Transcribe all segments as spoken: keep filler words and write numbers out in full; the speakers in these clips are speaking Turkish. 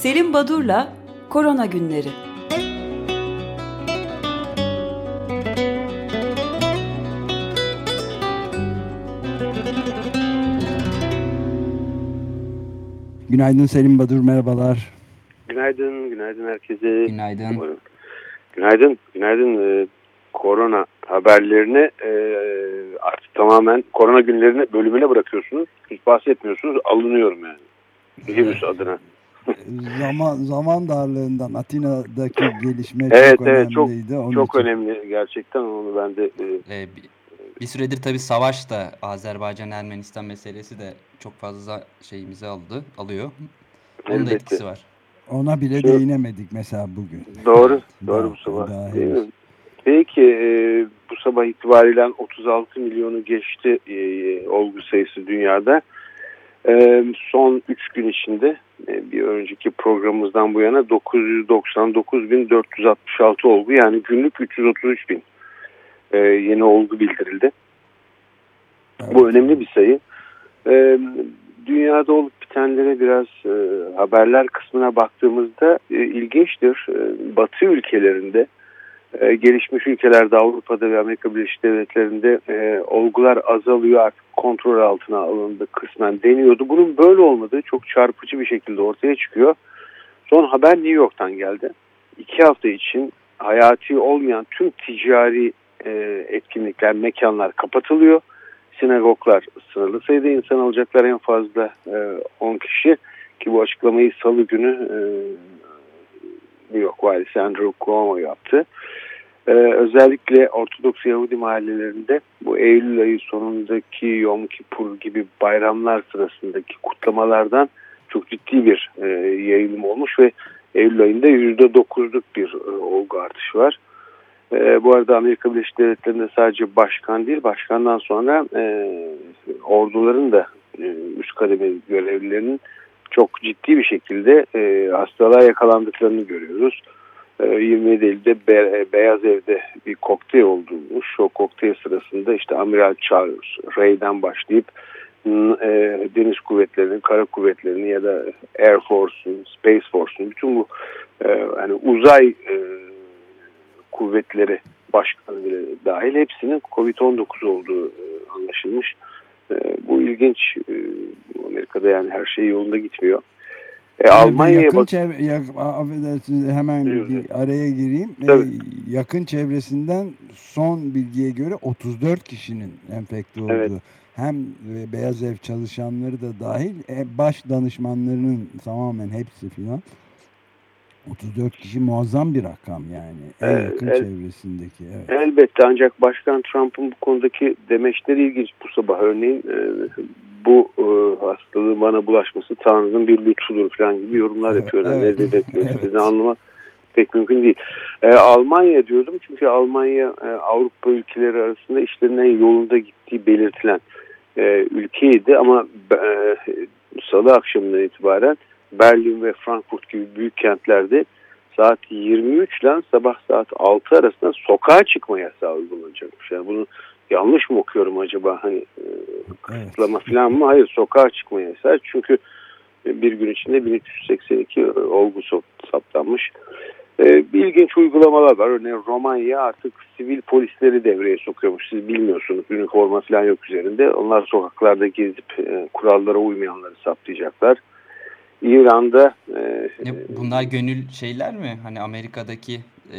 Selim Badur'la Korona Günleri. Günaydın Selim Badur, merhabalar. Günaydın, günaydın herkese. Günaydın. Günaydın, günaydın. Ee, korona haberlerini e, artık tamamen korona günlerini bölümüne bırakıyorsunuz. Hiç bahsetmiyorsunuz, alınıyorum yani. Virüs adına. zaman zaman darlığından Atina'daki gelişme evet, çok evet, önemliydi. Çok, Onun çok için. önemli gerçekten, onu ben de... E, ee, bir, bir süredir tabii savaş da Azerbaycan-Ermenistan meselesi de çok fazla şeyimizi aldı, alıyor. Onun elbette. da etkisi var. Ona bile Şu, değinemedik mesela bugün. Doğru, evet, doğru daha, bu sabah. daha Değil mi? Peki e, bu sabah itibariyle otuz altı milyonu geçti e, olgu sayısı dünyada. E, son üç gün içinde e, bir önceki programımızdan bu yana dokuz yüz doksan dokuz bin dört yüz altmış altı olgu, yani günlük üç yüz otuz üç bin e, yeni olgu bildirildi. Evet. Bu önemli bir sayı. E, dünyada olup bitenlere biraz e, haberler kısmına baktığımızda e, ilginçtir. E, Batı ülkelerinde, e, gelişmiş ülkelerde, Avrupa'da ve Amerika Birleşik Devletleri'nde e, olgular azalıyor, artık kontrol altına alındı kısmen deniyordu. Bunun böyle olmadığı çok çarpıcı bir şekilde ortaya çıkıyor. Son haber New York'tan geldi. İki hafta için hayati olmayan tüm ticari e, etkinlikler, mekanlar kapatılıyor. Sinagoglar sınırlı sayıda insan alacaklar, en fazla e, on kişi, ki bu açıklamayı Salı günü e, New York valisi Andrew Cuomo yaptı. E, özellikle Ortodoks Yahudi mahallelerinde bu Eylül ayı sonundaki Yom Kippur gibi bayramlar sırasındaki kutlamalardan çok ciddi bir e, yayılım olmuş ve Eylül ayında yüzde dokuzluk bir e, olgu artışı var. E, bu arada Amerika Birleşik Devletleri'nde sadece başkan değil, başkandan sonra e, orduların da e, üst kademe görevlilerinin çok ciddi bir şekilde e, hastalığa yakalandıklarını görüyoruz. E, yirmi yedi Eylül'de Be- Beyaz Ev'de bir kokteyl olduğumuş. O kokteyl sırasında işte Amiral Charles Ray'den başlayıp e, deniz kuvvetlerinin, kara kuvvetlerinin ya da Air Force'un, Space Force'un, bütün bu e, hani uzay e, kuvvetleri başkanı bile dahil hepsinin covid on dokuz olduğu e, anlaşılmış. E, bu ilginç. E, Amerika'da yani her şey yolunda gitmiyor. E, Almanya'ya yakın bak- çevre, yak, affedersiniz hemen Biliyorum. bir araya gireyim. E, yakın çevresinden son bilgiye göre otuz dört kişinin enfekte olduğu. Evet. Hem Beyaz Ev çalışanları da dahil, baş danışmanlarının tamamen hepsi filan. otuz dört kişi muazzam bir rakam yani. En yakın El, çevresindeki. Evet. Elbette, ancak Başkan Trump'ın bu konudaki demeçleri ilginç bu sabah. Örneğin e, bu e, hastalığın bana bulaşması Tanrı'nın bir lütfudur falan gibi yorumlar yapıyor. Evet. Yani ne demek evet. anlamak pek mümkün değil. E, Almanya diyordum çünkü Almanya e, Avrupa ülkeleri arasında işlerinin en yolunda gittiği belirtilen e, ülkeydi ama e, Salı akşamından itibaren Berlin ve Frankfurt gibi büyük kentlerde saat yirmi üç ile sabah saat altı arasında sokağa çıkma yasağı uygulanacakmış. Yani bunu yanlış mı okuyorum acaba? Hani e, kısıtlama evet. falan mı? Hayır, sokağa çıkma yasağı. Çünkü bir gün içinde bin üç yüz seksen iki olgu saptanmış. E, ilginç uygulamalar var. Örneğin Romanya artık sivil polisleri devreye sokuyormuş. Siz bilmiyorsunuz. Üniforma falan yok üzerinde. Onlar sokaklarda gezip e, kurallara uymayanları saptayacaklar. İran'da... E, ne, bunlar gönül şeyler mi? Hani Amerika'daki e,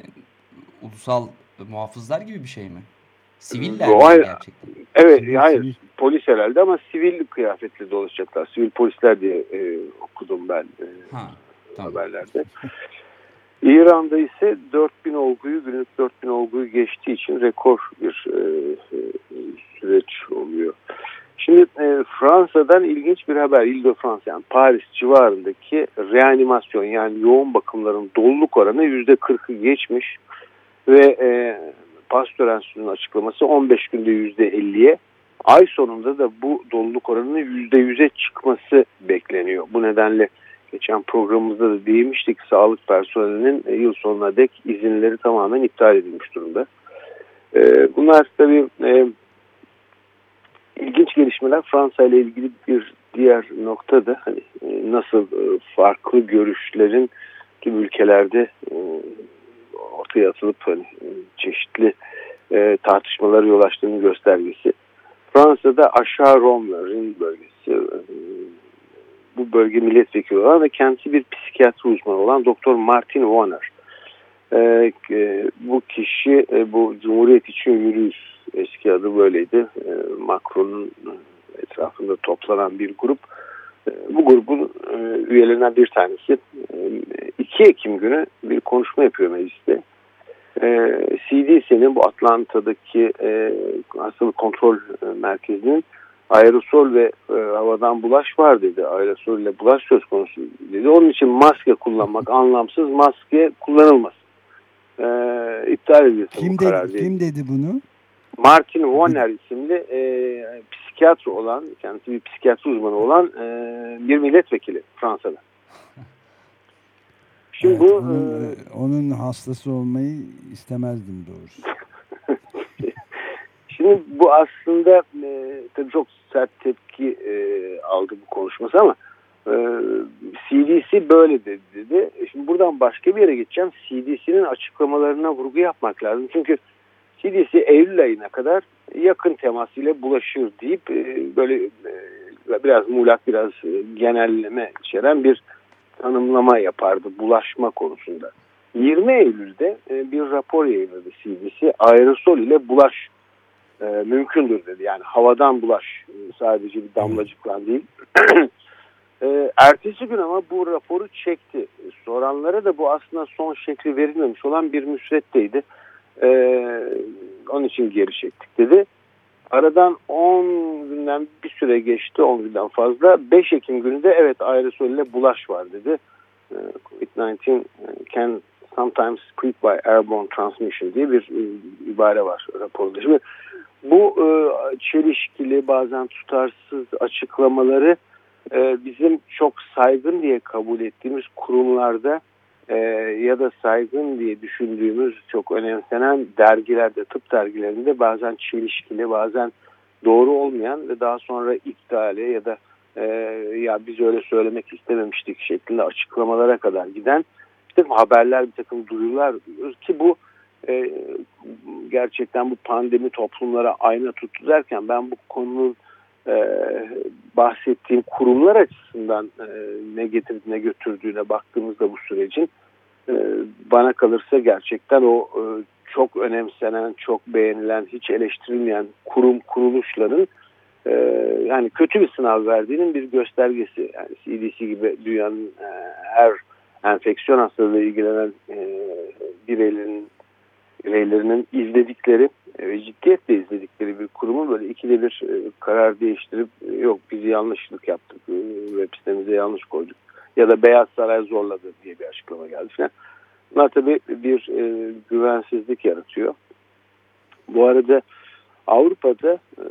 ulusal muhafızlar gibi bir şey mi? Siviller mi gerçekten? Evet, sivil, hayır. Sivil. Polis herhalde ama sivil kıyafetle dolaşacaklar. Sivil polisler diye e, okudum ben e, ha, tamam. haberlerde. İran'da ise dört bin olguyu, günlük dört bin olguyu geçtiği için rekor bir e, e, süreç oluyor. Şimdi e, Fransa'dan ilginç bir haber. Ile-de-France, yani Paris civarındaki reanimasyon, yani yoğun bakımların doluluk oranı yüzde kırkı geçmiş ve e, Pasteur Enstitüsü'nün açıklaması on beş günde yüzde elliye, ay sonunda da bu doluluk oranının yüzde yüze çıkması bekleniyor. Bu nedenle geçen programımızda da değinmiştik, sağlık personelinin e, yıl sonuna dek izinleri tamamen iptal edilmiş durumda. E, bunlar tabii e, İlginç gelişmeler Fransa ile ilgili bir diğer nokta da hani nasıl farklı görüşlerin tüm ülkelerde ortaya atılıp hani çeşitli tartışmalara yol açtığının göstergesi. Fransa'da Aşağı Rome, Rin bölgesi, bu bölge milletvekili olan ve kendisi bir psikiyatri uzmanı olan Doktor Martin Warner. Bu kişi bu Cumhuriyet için Yürüyüş, eski adı böyleydi, Macron'un etrafında toplanan bir grup. Bu grubun üyelerinden bir tanesi iki Ekim günü bir konuşma yapıyor mecliste. C D C'nin bu Atlanta'daki hastalık kontrol merkezinin aerosol ve havadan bulaş var dedi. Aerosol ile bulaş söz konusu dedi. Onun için maske kullanmak anlamsız, maske kullanılmaz. İptal edilsin kim bu karar dedi, dedi. Kim dedi bunu? Martin Warner isimli e, psikiyatr olan, kendisi bir psikiyatri uzmanı olan e, bir milletvekili Fransa'da. Şimdi evet, bu onun, e, onun hastası olmayı istemezdim doğrusu. Şimdi bu aslında e, tabii çok sert tepki e, aldı bu konuşması ama e, C D C böyle dedi, dedi. Şimdi buradan başka bir yere geçeceğim. C D C'nin açıklamalarına vurgu yapmak lazım. Çünkü C D C Eylül ayına kadar yakın temas ile bulaşır deyip böyle biraz muğlak, biraz genelleme içeren bir tanımlama yapardı bulaşma konusunda. yirmi Eylül'de bir rapor yayınladı C D C. Aerosol ile bulaş mümkündür dedi. Yani havadan bulaş, sadece bir damlacıkla değil. Ertesi gün ama bu raporu çekti. Soranlara da bu aslında son şekli verilmemiş olan bir müsveddeydi. Ee, onun için geri çektik dedi. Aradan on günden bir süre geçti, on günden fazla. beş Ekim günü de evet aerosol ile bulaş var dedi. Ee, covid on dokuz can sometimes spread by airborne transmission diye bir e, ibare var raporda. Şimdi bu e, çelişkili, bazen tutarsız açıklamaları e, bizim çok saygın diye kabul ettiğimiz kurumlarda Ee, ya da saygın diye düşündüğümüz çok önemsenen dergilerde, tıp dergilerinde bazen çelişkili, bazen doğru olmayan ve daha sonra iptale ya da e, ya biz öyle söylemek istememiştik şeklinde açıklamalara kadar giden bir takım haberler, bir takım duyurular duyuyoruz ki bu e, gerçekten bu pandemi toplumlara ayna tuttu derken ben bu konunun e, bahsettiğim kurumlar açısından e, ne getirdiğine götürdüğüne baktığımızda bu sürecin e, bana kalırsa gerçekten o e, çok önemsenen, çok beğenilen, hiç eleştirilmeyen kurum kuruluşların e, yani kötü bir sınav verdiğinin bir göstergesi. Yani C D C gibi dünyanın e, her enfeksiyon hastalığıyla ilgilenen e, bireylerin bireylerinin izledikleri ve ciddiyetle izledikleri bir kurumu böyle ikide bir e, karar değiştirip e, yok biz yanlışlık yaptık, e, web sitemize yanlış koyduk ya da Beyaz Saray zorladı diye bir açıklama geldi falan. Bunlar tabii bir e, güvensizlik yaratıyor. Bu arada Avrupa'da e,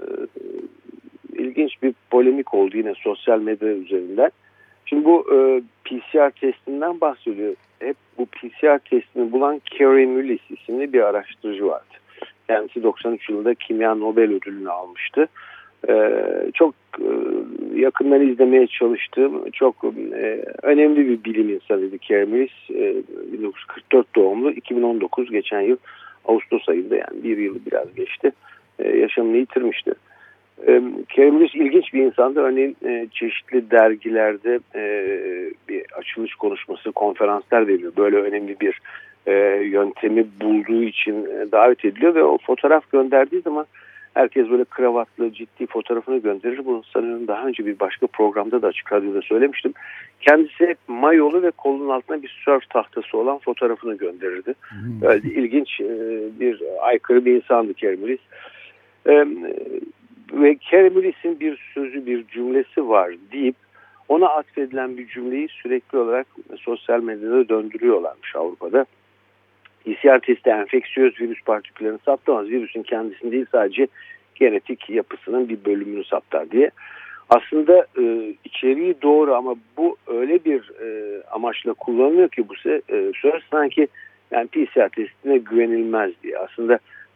ilginç bir polemik oldu yine sosyal medya üzerinden. Şimdi bu e, P C R testinden bahsediyor. Hep bu P C R testini bulan Kerry Mullis isimli bir araştırıcı vardı. Kendisi doksan üç yılında Kimya Nobel ödülünü almıştı. Ee, çok e, yakından izlemeye çalıştığım çok e, önemli bir bilim insanıydı Kerry Mullis. E, bin dokuz yüz kırk dört doğumlu, iki bin on dokuz geçen yıl Ağustos ayında, yani bir yılı biraz geçti, e, yaşamını yitirmişti. E, Kerry Mullis ilginç bir insandı. Örneğin e, çeşitli dergilerde e, bir açılış konuşması, konferanslar veriyor. Böyle önemli bir e, yöntemi bulduğu için e, davet ediliyor ve o fotoğraf gönderdiği zaman herkes böyle kravatlı, ciddi fotoğrafını gönderir. Bunu sanıyorum daha önce bir başka programda da Açık Radyo'da söylemiştim. Kendisi hep mayolu ve kolunun altına bir sörf tahtası olan fotoğrafını gönderirdi. Hmm. Böyle ilginç e, bir aykırı bir insandı Kerry Mullis. E, ve Kerry Mullis'in bir sözü, bir cümlesi var deyip ona atfedilen bir cümleyi sürekli olarak sosyal medyada döndürüyorlarmış Avrupa'da. P C R testi enfeksiyöz virüs partiküllerini saptamaz. Virüsün kendisini değil, sadece genetik yapısının bir bölümünü saptar diye. Aslında e, içeriği doğru ama bu öyle bir e, amaçla kullanılıyor ki bu e, söz sanki yani P C R testine güvenilmez diye. Aslında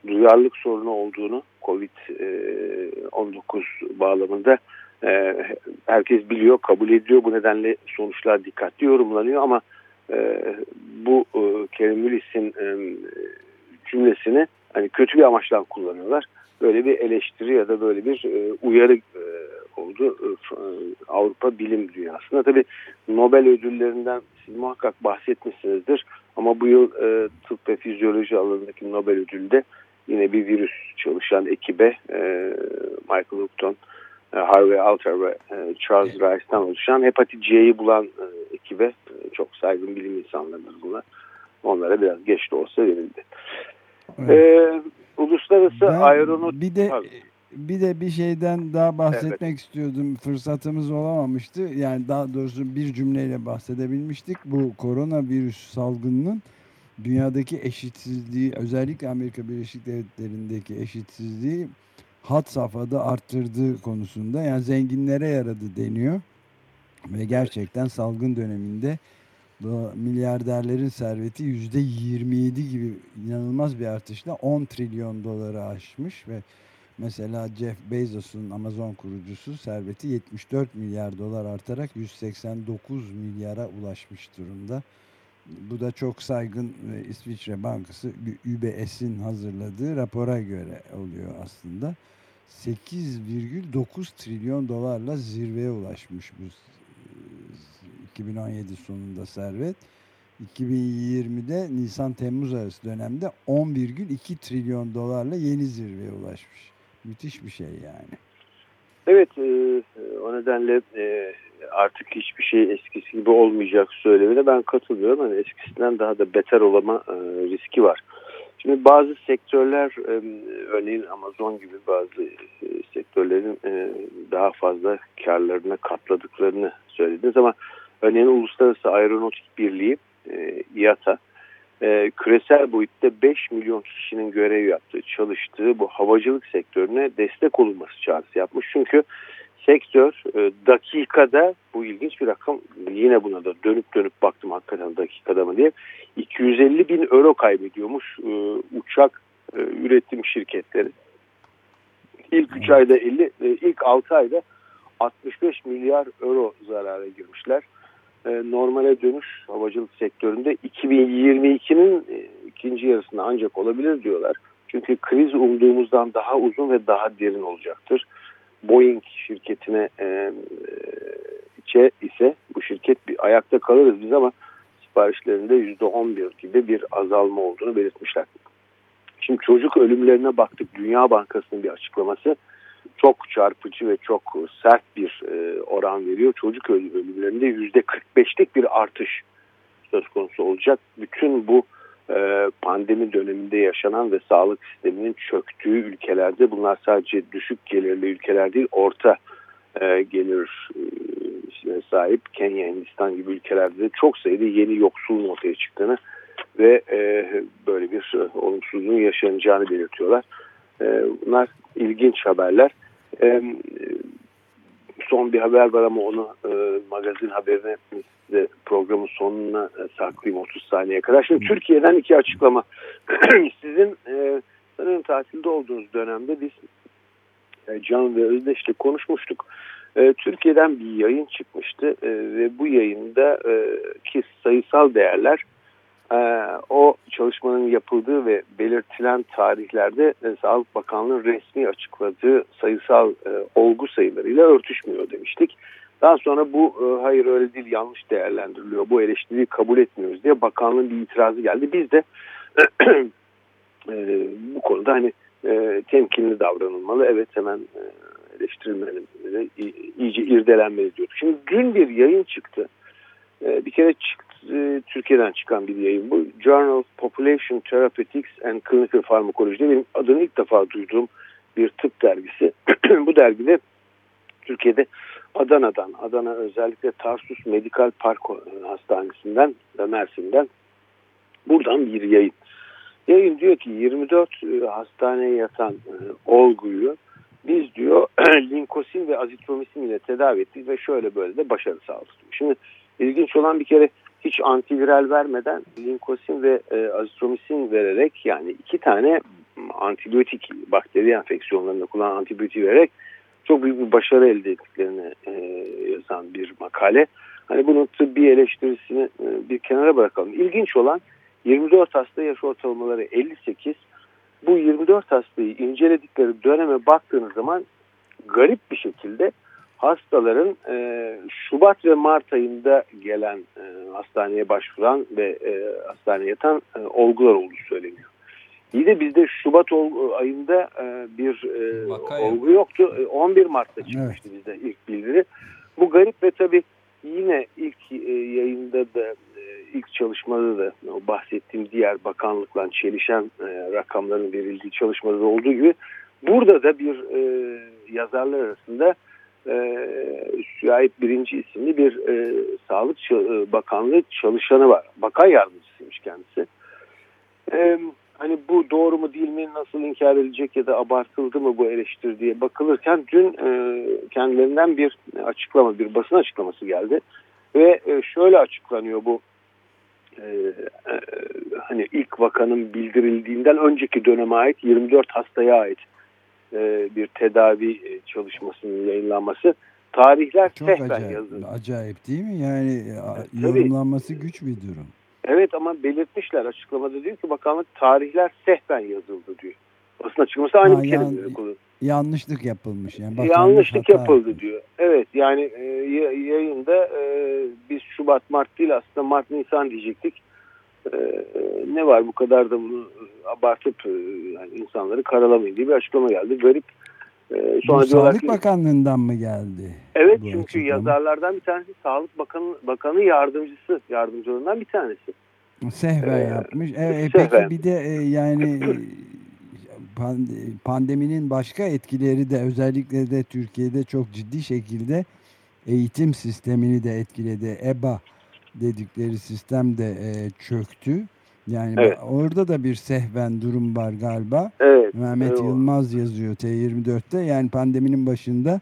duyarlılık sorunu olduğunu kovid on dokuz bağlamında e, herkes biliyor, kabul ediyor. Bu nedenle sonuçlar dikkatli yorumlanıyor ama e, bu e, Karen Willis'in e, cümlesini hani kötü bir amaçla kullanıyorlar. Böyle bir eleştiri ya da böyle bir e, uyarı e, oldu e, Avrupa bilim dünyasında. Tabii Nobel ödüllerinden siz muhakkak bahsetmişsinizdir ama bu yıl e, tıp ve fizyoloji alanındaki Nobel ödülü de yine bir virüs çalışan ekibe e, Michael Houghton, e, Harvey Alter ve e, Charles Rice'tan oluşan hepatit C'yi bulan e, ekibe e, çok saygın bilim insanlarıdır bunlar. Onlara biraz geç de olsa verildi. Evet. E, uluslararası ben aeronot... Bir de bir de bir şeyden daha bahsetmek evet. istiyordum. Fırsatımız olamamıştı. Yani daha doğrusu bir cümleyle bahsedebilmiştik. Bu koronavirüs salgınının dünyadaki eşitsizliği, özellikle Amerika Birleşik Devletleri'ndeki eşitsizliği had safhada arttırdığı konusunda, yani zenginlere yaradı deniyor ve gerçekten salgın döneminde bu milyarderlerin serveti yüzde yirmi yedi gibi inanılmaz bir artışla on trilyon doları aşmış ve mesela Jeff Bezos'un, Amazon kurucusu, serveti yetmiş dört milyar dolar artarak yüz seksen dokuz milyara ulaşmış durumda. Bu da çok saygın İsviçre Bankası U B S'in hazırladığı rapora göre oluyor aslında. sekiz virgül dokuz trilyon dolarla zirveye ulaşmış bu iki bin on yedi sonunda servet. iki bin yirmide Nisan-Temmuz arası dönemde on virgül iki trilyon dolarla yeni zirveye ulaşmış. Müthiş bir şey yani. Evet, e, o nedenle e, artık hiçbir şey eskisi gibi olmayacak söylemine ben katılıyorum. Yani eskisinden daha da beter olama e, riski var. Şimdi bazı sektörler, e, örneğin Amazon gibi bazı e, sektörlerin e, daha fazla karlarına katladıklarını söylediniz ama örneğin Uluslararası Aeronautik Birliği, e, İ A T A, e, küresel boyutta beş milyon kişinin görev yaptığı, çalıştığı bu havacılık sektörüne destek olunması çağrısı yapmış. Çünkü sektör e, dakikada, bu ilginç bir rakam, yine buna da dönüp dönüp baktım hakikaten dakikada mı diye, iki yüz elli bin euro kaybediyormuş e, uçak e, üretim şirketleri. İlk üç ayda elli, e, ilk altı ayda altmış beş milyar euro zarara girmişler. E, normale dönüş havacılık sektöründe iki bin yirmi ikinin e, ikinci yarısında ancak olabilir diyorlar. Çünkü kriz umduğumuzdan daha uzun ve daha derin olacaktır. Boeing şirketine e, e, ise bu şirket bir ayakta kalırız biz ama siparişlerinde yüzde on bir gibi bir azalma olduğunu belirtmişler. Şimdi çocuk ölümlerine baktık. Dünya Bankası'nın bir açıklaması çok çarpıcı ve çok sert bir e, oran veriyor. Çocuk ölümlerinde yüzde kırk beşlik bir artış söz konusu olacak. Bütün bu e, pandemi döneminde yaşanan ve sağlık sisteminin çöktüğü ülkelerde, bunlar sadece düşük gelirli ülkeler değil, orta e, gelir e, sahip Kenya, Hindistan gibi ülkelerde de çok sayıda yeni yoksulluğun ortaya çıktığını ve e, böyle bir e, olumsuzluğun yaşanacağını belirtiyorlar. E, bunlar ilginç haberler. E, son bir haber var ama onu e, magazin haberine size programın sonuna e, saklayayım otuz saniyeye kadar. Şimdi Türkiye'den iki açıklama. Sizin e, sanırım tatilde olduğunuz dönemde biz e, Can ve Özdeş'le konuşmuştuk. E, Türkiye'den bir yayın çıkmıştı e, ve bu yayında e, ki sayısal değerler Ee, o çalışmanın yapıldığı ve belirtilen tarihlerde e, Sağlık Bakanlığı resmi açıkladığı sayısal e, olgu sayılarıyla örtüşmüyor demiştik. Daha sonra bu e, hayır öyle değil, yanlış değerlendiriliyor, bu eleştiriyi kabul etmiyoruz diye bakanlığın bir itirazı geldi. Biz de e, bu konuda hani e, temkinli davranılmalı, evet hemen e, eleştirilmeli, iyice irdelenmeli diyorduk. Şimdi dün bir yayın çıktı. E, bir kere çıktı. Türkiye'den çıkan bir yayın bu. Journal of Population Therapeutics and Clinical Pharmacology'de benim adını ilk defa duyduğum bir tıp dergisi. Bu dergide Türkiye'de Adana'dan, Adana özellikle Tarsus Medikal Park Hastanesi'nden ve Mersin'den buradan bir yayın. Yayın diyor ki yirmi dört hastaneye yatan olguyu biz diyor linkosin ve azitromisin ile tedavi ettik ve şöyle böyle de başarı sağladık. Şimdi ilginç olan bir kere hiç antiviral vermeden linkosin ve e, azitromisin vererek, yani iki tane antibiyotik, bakteri enfeksiyonlarında kullanılan antibiyotik vererek çok büyük bir başarı elde ettiklerini e, yazan bir makale. Hani bunun tıbbi eleştirisini e, bir kenara bırakalım. İlginç olan yirmi dört hasta, yaş ortalamaları elli sekiz. Bu yirmi dört hastayı inceledikleri döneme baktığınız zaman garip bir şekilde hastaların e, Şubat ve Mart ayında gelen, e, hastaneye başvuran ve e, hastaneye yatan e, olgular olduğu söyleniyor. İyi de bizde Şubat ayında e, bir e, olgu yoktu. E, on bir Mart'ta çıkmıştı, evet, bizde ilk bildiri. Bu garip ve tabii yine ilk e, yayında da e, ilk çalışmada da o bahsettiğim diğer bakanlıkla çelişen e, rakamların verildiği çalışmada da olduğu gibi burada da bir e, yazarlar arasında e, Süheyb Birinci isimli bir e, Sağlık Bakanlığı çalışanı var. Bakan yardımcısıymış kendisi. E, hani bu doğru mu değil mi, nasıl inkar edilecek ya da abartıldı mı bu eleştiri diye bakılırken dün e, kendilerinden bir açıklama, bir basın açıklaması geldi. Ve e, şöyle açıklanıyor bu e, e, hani ilk vakanın bildirildiğinden önceki döneme ait yirmi dört hastaya ait e, bir tedavi çalışmasının yayınlanması. Tarihler çok acayip, yazıldı. Acayip değil mi? Yani evet, yorumlanması tabii güç bir durum. Evet, ama belirtmişler açıklamada, diyor ki bakanlık tarihler sehven yazıldı diyor. Basın açıklaması aynı ha, bir kelime yan, kullanıyor. Yanlışlık yapılmış yani. Yanlışlık yapıldı etmiş diyor. Evet, yani e, yayında e, biz Şubat Mart değil aslında Mart Nisan diyecektik. E, ne var bu kadar da bunu abartıp e, yani insanları karalamayın diye bir açıklama geldi. Garip. E, sonra bu Sağlık ki, Bakanlığı'ndan mı geldi? Evet, çünkü açıklama yazarlardan bir tanesi Sağlık Bakanı, Bakanı yardımcısı, yardımcılarından bir tanesi. Sehven ee, yapmış. Evet, peki bir de e, yani pandeminin başka etkileri de özellikle de Türkiye'de çok ciddi şekilde eğitim sistemini de etkiledi. E B A dedikleri sistem de e, çöktü. Yani evet, orada da bir sehven durum var galiba. Evet. Mehmet evet. Yılmaz yazıyor T yirmi dört'te. Yani pandeminin başında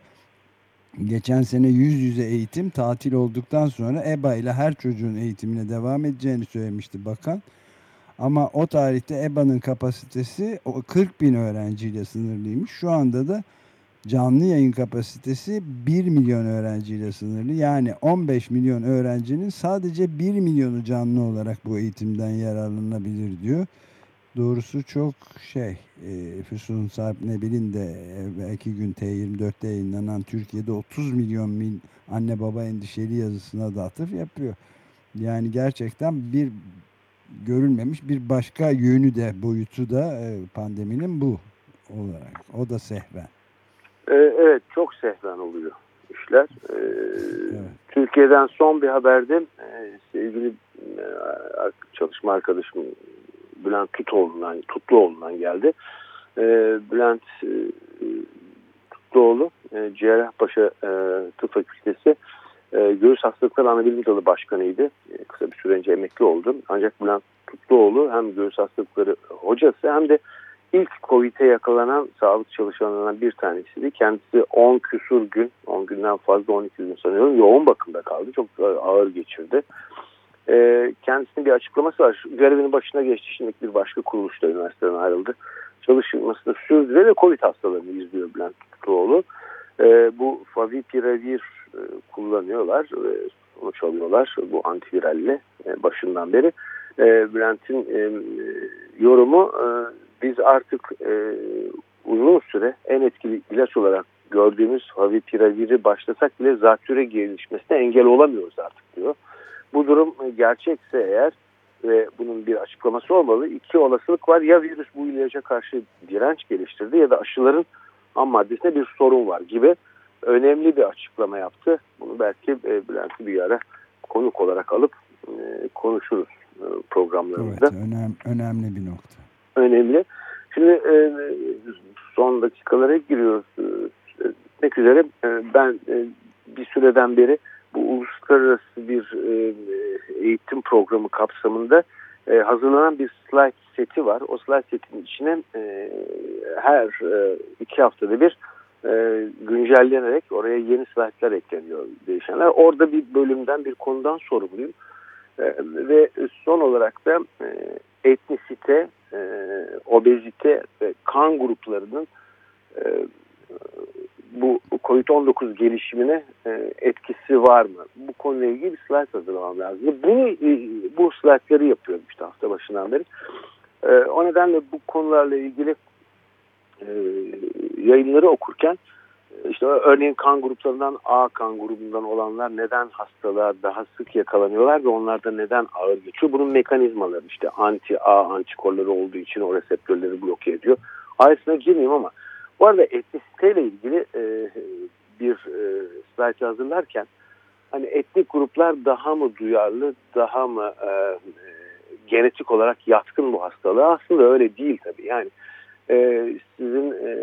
geçen sene yüz yüze eğitim tatil olduktan sonra E B A ile her çocuğun eğitimine devam edeceğini söylemişti bakan. Ama o tarihte E B A'nın kapasitesi kırk bin öğrenciyle sınırlıymış. Şu anda da canlı yayın kapasitesi bir milyon öğrenciyle sınırlı. Yani on beş milyon öğrencinin sadece bir milyonu canlı olarak bu eğitimden yararlanabilir diyor. Doğrusu çok şey, e, Füsun Sarp Nebil'in de belki gün T yirmi dört'te yayınlanan Türkiye'de otuz milyon mil anne baba endişeli yazısına da atıf yapıyor. Yani gerçekten bir görülmemiş bir başka yönü de boyutu da e, pandeminin bu olarak. O da sehven. Ee, evet, çok sehven oluyor işler. Ee, evet. Türkiye'den son bir haberde e, sevgili e, çalışma arkadaşım Bülent Tutoğlu'ndan, Tutluoğlu'ndan geldi. E, Bülent e, Tutluoğlu, e, Cerrahpaşa e, Tıp Fakültesi e, Göğüs Hastalıkları Anabilim Dalı Başkanı'ydı. E, kısa bir süre önce emekli oldu. Ancak Bülent Tutluoğlu hem göğüs hastalıkları hocası hem de ilk Covid'e yakalanan sağlık çalışanlarından bir tanesiydi. Kendisi on küsur gün, on günden fazla, on iki gün sanıyorum yoğun bakımda kaldı. Çok ağır geçirdi. E, kendisinin bir açıklaması var. Görevinin başına geçti. Şimdi bir başka kuruluşta üniversiteden ayrıldı. Çalışmasını sürdürüyor ve Covid hastalarını izliyor Bülent Tutluoğlu. E, bu Favipiravir e, kullanıyorlar ve sonuç alıyorlar bu antiviralle e, başından beri. E, Bülent'in e, yorumu e, biz artık e, uzun süre en etkili ilaç olarak gördüğümüz Favipiraviri başlasak bile zatürre gelişmesine engel olamıyoruz artık diyor. Bu durum gerçekse eğer ve bunun bir açıklaması olmalı. İki olasılık var. Ya virüs bu ilaca karşı direnç geliştirdi ya da aşıların ham maddesinde bir sorun var gibi önemli bir açıklama yaptı. Bunu belki e, Bülent'i bir ara konuk olarak alıp e, konuşuruz e, programlarımızda. Evet, önem, önemli bir nokta. Önemli. Şimdi e, son dakikalara giriyoruz. E, gitmek üzere e, ben e, bir süreden beri bu uluslararası bir e, eğitim programı kapsamında e, hazırlanan bir slide seti var. O slide setin içine e, her e, iki haftada bir e, güncellenerek oraya yeni slaytlar ekleniyor değişenler. Orada bir bölümden, bir konudan sorumluyum. E, ve son olarak da e, etnisite, e, obezite ve kan gruplarının e, bu kovid on dokuz gelişimine e, etkisi var mı? Bu konuyla ilgili bir slide hazırlamam lazım. Bunu, e, bu slaytları yapıyorum işte hafta başından beri. E, o nedenle bu konularla ilgili e, yayınları okurken işte örneğin kan gruplarından A kan grubundan olanlar neden hastalığa daha sık yakalanıyorlar ve onlarda neden ağır geçiyor? Bunun mekanizmaları işte anti-A antikorları olduğu için o reseptörleri bloke ediyor. Ayrısına girmeyeyim ama bu arada etnisiteyle ilgili e, bir e, slide hazırlarken hani etnik gruplar daha mı duyarlı, daha mı e, genetik olarak yatkın bu hastalığa? Aslında öyle değil tabii. Yani e, sizin e,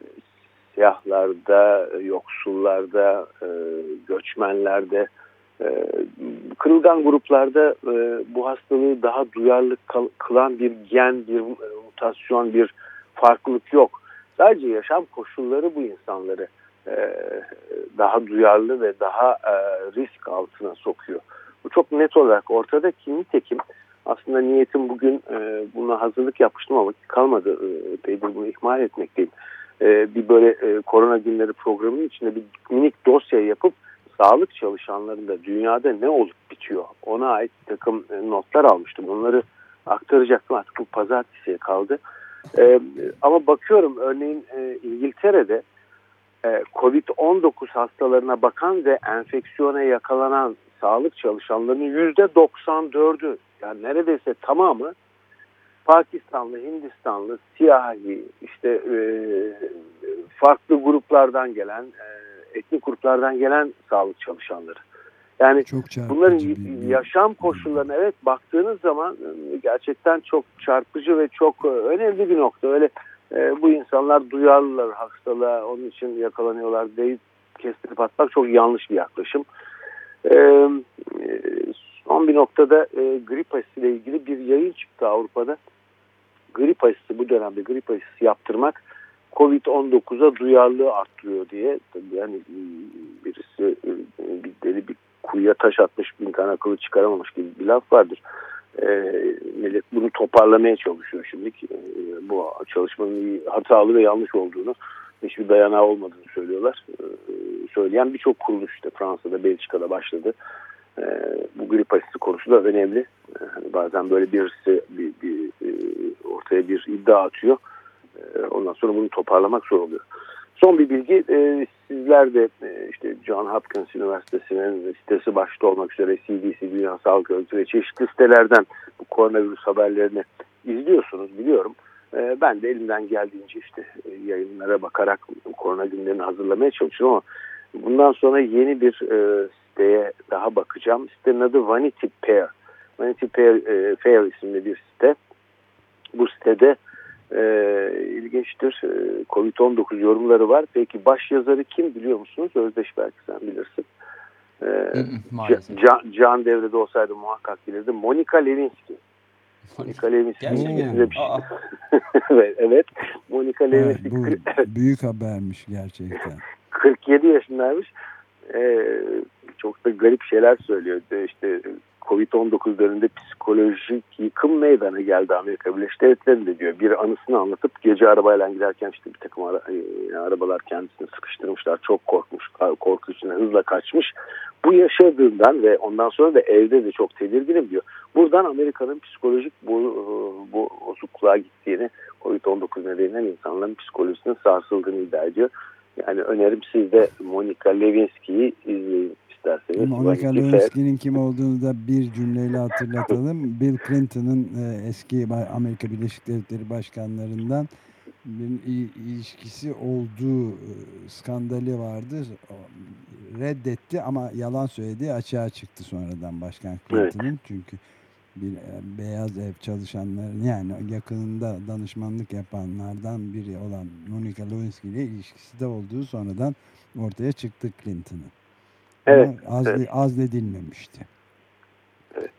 siyahlarda, yoksullarda, e, göçmenlerde, e, kırılgan gruplarda e, bu hastalığı daha duyarlı kılan bir gen, bir mutasyon, bir farklılık yok. Sadece yaşam koşulları bu insanları e, daha duyarlı ve daha e, risk altına sokuyor. Bu çok net olarak ortada ki nitekim aslında niyetim bugün e, buna hazırlık yapmıştım ama kalmadı. E, epeydir bunu ihmal etmekteyim. E, bir böyle e, korona günleri programının içinde bir minik dosya yapıp sağlık çalışanlarında dünyada ne olup bitiyor ona ait bir takım e, notlar almıştım. Onları aktaracaktım artık bu pazartesiye kaldı. E, ama bakıyorum örneğin e, İngiltere'de e, kovid on dokuz hastalarına bakan ve enfeksiyona yakalanan sağlık çalışanlarının yüzde doksan dördü yani neredeyse tamamı Pakistanlı, Hindistanlı, siyahi, işte e, farklı gruplardan gelen, e, etnik gruplardan gelen sağlık çalışanları. Yani bunların bir... yaşam koşullarına evet baktığınız zaman gerçekten çok çarpıcı ve çok önemli bir nokta. Öyle e, bu insanlar duyarlılar hastalığa, onun için yakalanıyorlar deyip kestirip atmak çok yanlış bir yaklaşım. E, e, son bir noktada e, grip aşısı ile ilgili bir yayın çıktı Avrupa'da. Grip aşısı bu dönemde grip aşısı yaptırmak kovid on dokuza duyarlılığı arttırıyor diye. Tabii yani birisi bir deli bir kuyuya taş atmış bin tane akıllı çıkaramamış gibi bir laf vardır. E, millet bunu toparlamaya çalışıyor şimdi. E, bu çalışmanın hatalı ve yanlış olduğunu, hiçbir dayanağı olmadığını söylüyorlar. E, söyleyen birçok kuruluş işte Fransa'da, Belçika'da başladı. E, bu grip aşısı konusu da önemli. E, hani bazen böyle birisi bir, bir, e, ortaya bir iddia atıyor. E, ondan sonra bunu toparlamak zor oluyor. Son bir bilgi, e, sizler de e, işte John Hopkins Üniversitesi'nin sitesi başta olmak üzere C D C, Dünya Sağlık Örgütü ve çeşitli sitelerden bu koronavirüs haberlerini izliyorsunuz biliyorum. E, ben de elimden geldiğince işte e, yayınlara bakarak korona günlerini hazırlamaya çalışıyorum ama bundan sonra yeni bir e, siteye daha bakacağım. Sitenin adı Vanity Fair. Vanity Fair, e, Fair isimli bir site. Bu sitede e, ilginçtir. E, kovid on dokuz yorumları var. Peki baş yazarı kim biliyor musunuz? Özdeş belki sen bilirsin. E, Can, Can devrede olsaydı muhakkak bilirdi. Monica Lewinsky. Monica Lewinsky. Gerçekten. Şey. evet, evet. Monica Lewinsky. Evet, bu büyük habermiş gerçekten. kırk yedi yaşındaymış. Ee, çok da garip şeyler söylüyor. İşte kovid on dokuz döneminde psikolojik yıkım meydana geldi Amerika Birleşik Devletleri'nde diyor. Bir anısını anlatıp gece arabayla giderken işte bir takım ara, arabalar kendisini sıkıştırmışlar. Çok korkmuş, korku içinde hızla kaçmış. Bu yaşadığından ve ondan sonra da evde de çok tedirginim diyor. Buradan Amerika'nın psikolojik bu, bu bozukluğa gittiğini, kovid on dokuz nedeniyle insanların psikolojisinin sarsıldığını iddia ediyor. Yani önerim siz de Monica Lewinsky'yi izleyin isterseniz. Monica Lewinsky'nin kim olduğunu da bir cümleyle hatırlatalım. Bill Clinton'ın eski Amerika Birleşik Devletleri başkanlarından bir ilişkisi olduğu skandali vardı. Reddetti ama yalan söylediği açığa çıktı sonradan Başkan Clinton'ın. Evet. Çünkü bir beyaz ev çalışanların yani yakınında danışmanlık yapanlardan biri olan Monica Lewinsky ile ilişkisi de olduğu sonradan ortaya çıktı Clinton'ın. Evet. Az, evet. azledilmemişti. Evet.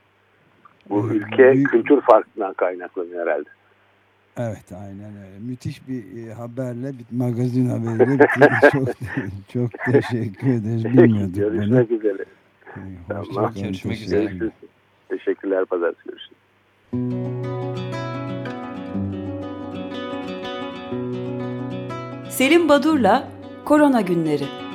Bu ülke büyük, kültür farkından kaynaklanıyor herhalde. Evet, aynen öyle. Müthiş bir e, haberle, bir magazin haberiyle çok çok teşekkür ederiz. Bilmiyorduk bunu. Görüşmek üzere. Tamam. Görüşmek üzere. Teşekkürler. Pazartesi görüşürüz. Selim Badur'la Korona Günleri.